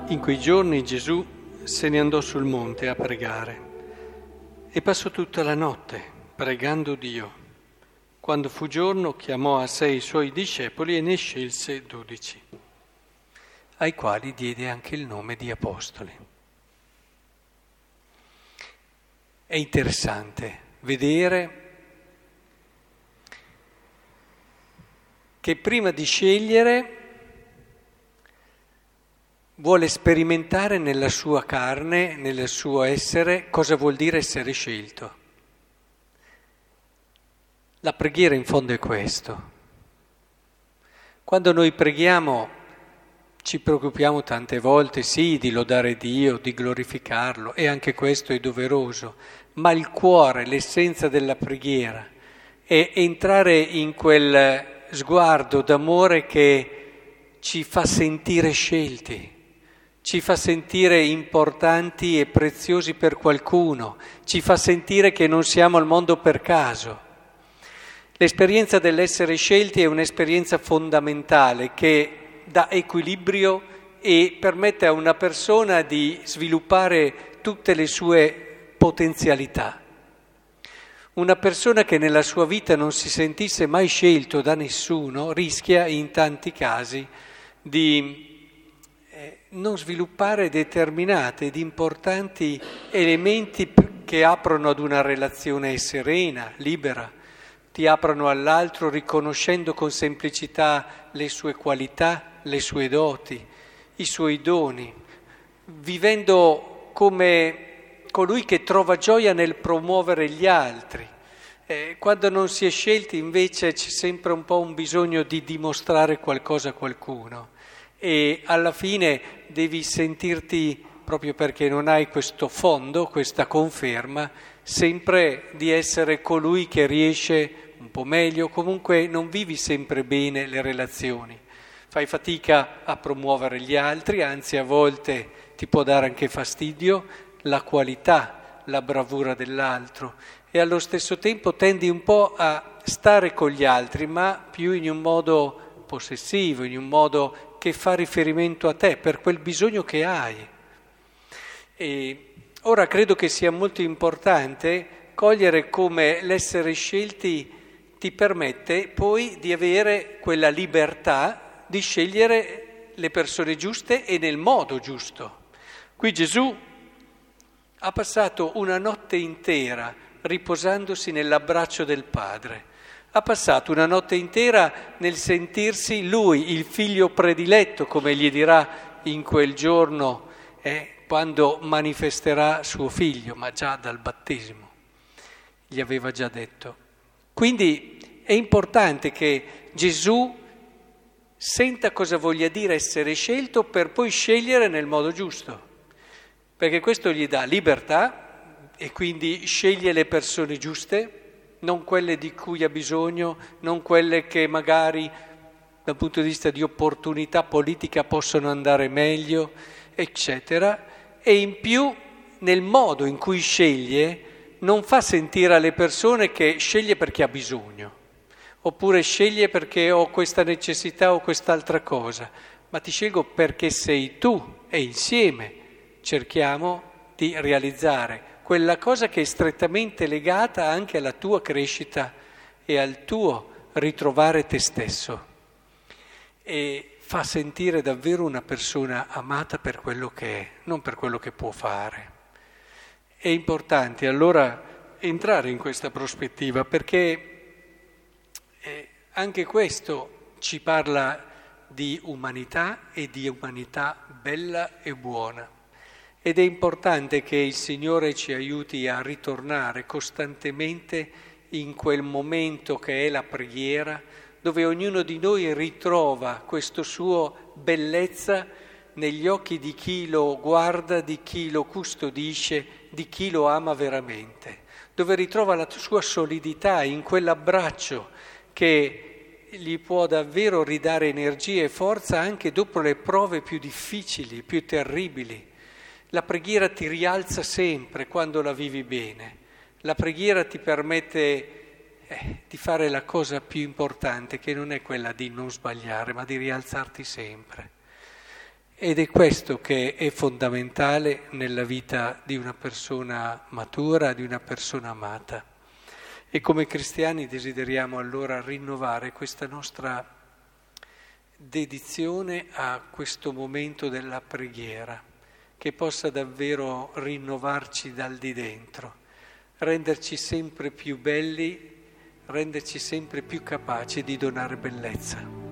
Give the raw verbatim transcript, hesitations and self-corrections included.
In quei giorni Gesù se ne andò sul monte a pregare e passò tutta la notte pregando Dio. Quando fu giorno chiamò a sé i suoi discepoli e ne scelse dodici, ai quali diede anche il nome di apostoli. È interessante vedere che prima di scegliere vuole sperimentare nella sua carne, nel suo essere, cosa vuol dire essere scelto. La preghiera in fondo è questo. Quando noi preghiamo ci preoccupiamo tante volte, sì, di lodare Dio, di glorificarlo, e anche questo è doveroso, ma il cuore, l'essenza della preghiera è entrare in quel sguardo d'amore che ci fa sentire scelti, ci fa sentire importanti e preziosi per qualcuno, ci fa sentire che non siamo al mondo per caso. L'esperienza dell'essere scelti è un'esperienza fondamentale che dà equilibrio e permette a una persona di sviluppare tutte le sue potenzialità. Una persona che nella sua vita non si sentisse mai scelto da nessuno rischia in tanti casi di non sviluppare determinati ed importanti elementi che aprono ad una relazione serena, libera, ti aprono all'altro riconoscendo con semplicità le sue qualità, le sue doti, i suoi doni, vivendo come colui che trova gioia nel promuovere gli altri. Eh, quando non si è scelti invece c'è sempre un po' un bisogno di dimostrare qualcosa a qualcuno. E alla fine devi sentirti, proprio perché non hai questo fondo, questa conferma, sempre di essere colui che riesce un po' meglio, comunque non vivi sempre bene le relazioni, fai fatica a promuovere gli altri, anzi a volte ti può dare anche fastidio la qualità, la bravura dell'altro e allo stesso tempo tendi un po' a stare con gli altri, ma più in un modo possessivo, in un modo che fa riferimento a te, per quel bisogno che hai. E ora credo che sia molto importante cogliere come l'essere scelti ti permette poi di avere quella libertà di scegliere le persone giuste e nel modo giusto. Qui Gesù ha passato una notte intera riposandosi nell'abbraccio del Padre. Ha passato una notte intera nel sentirsi lui, il figlio prediletto, come gli dirà in quel giorno, eh, quando manifesterà suo figlio, ma già dal battesimo, gli aveva già detto. Quindi è importante che Gesù senta cosa voglia dire essere scelto per poi scegliere nel modo giusto, perché questo gli dà libertà e quindi sceglie le persone giuste, non quelle di cui ha bisogno, non quelle che magari dal punto di vista di opportunità politica possono andare meglio, eccetera. E in più nel modo in cui sceglie non fa sentire alle persone che sceglie perché ha bisogno, oppure sceglie perché ho questa necessità o quest'altra cosa, ma ti scelgo perché sei tu e insieme cerchiamo di realizzare quella cosa che è strettamente legata anche alla tua crescita e al tuo ritrovare te stesso. E fa sentire davvero una persona amata per quello che è, non per quello che può fare. È importante allora entrare in questa prospettiva perché eh, anche questo ci parla di umanità e di umanità bella e buona. Ed è importante che il Signore ci aiuti a ritornare costantemente in quel momento che è la preghiera, dove ognuno di noi ritrova questo suo bellezza negli occhi di chi lo guarda, di chi lo custodisce, di chi lo ama veramente, dove ritrova la sua solidità in quell'abbraccio che gli può davvero ridare energia e forza anche dopo le prove più difficili, più terribili. La preghiera ti rialza sempre quando la vivi bene. La preghiera ti permette eh, di fare la cosa più importante, che non è quella di non sbagliare, ma di rialzarti sempre. Ed è questo che è fondamentale nella vita di una persona matura, di una persona amata. E come cristiani desideriamo allora rinnovare questa nostra dedizione a questo momento della preghiera, che possa davvero rinnovarci dal di dentro, renderci sempre più belli, renderci sempre più capaci di donare bellezza.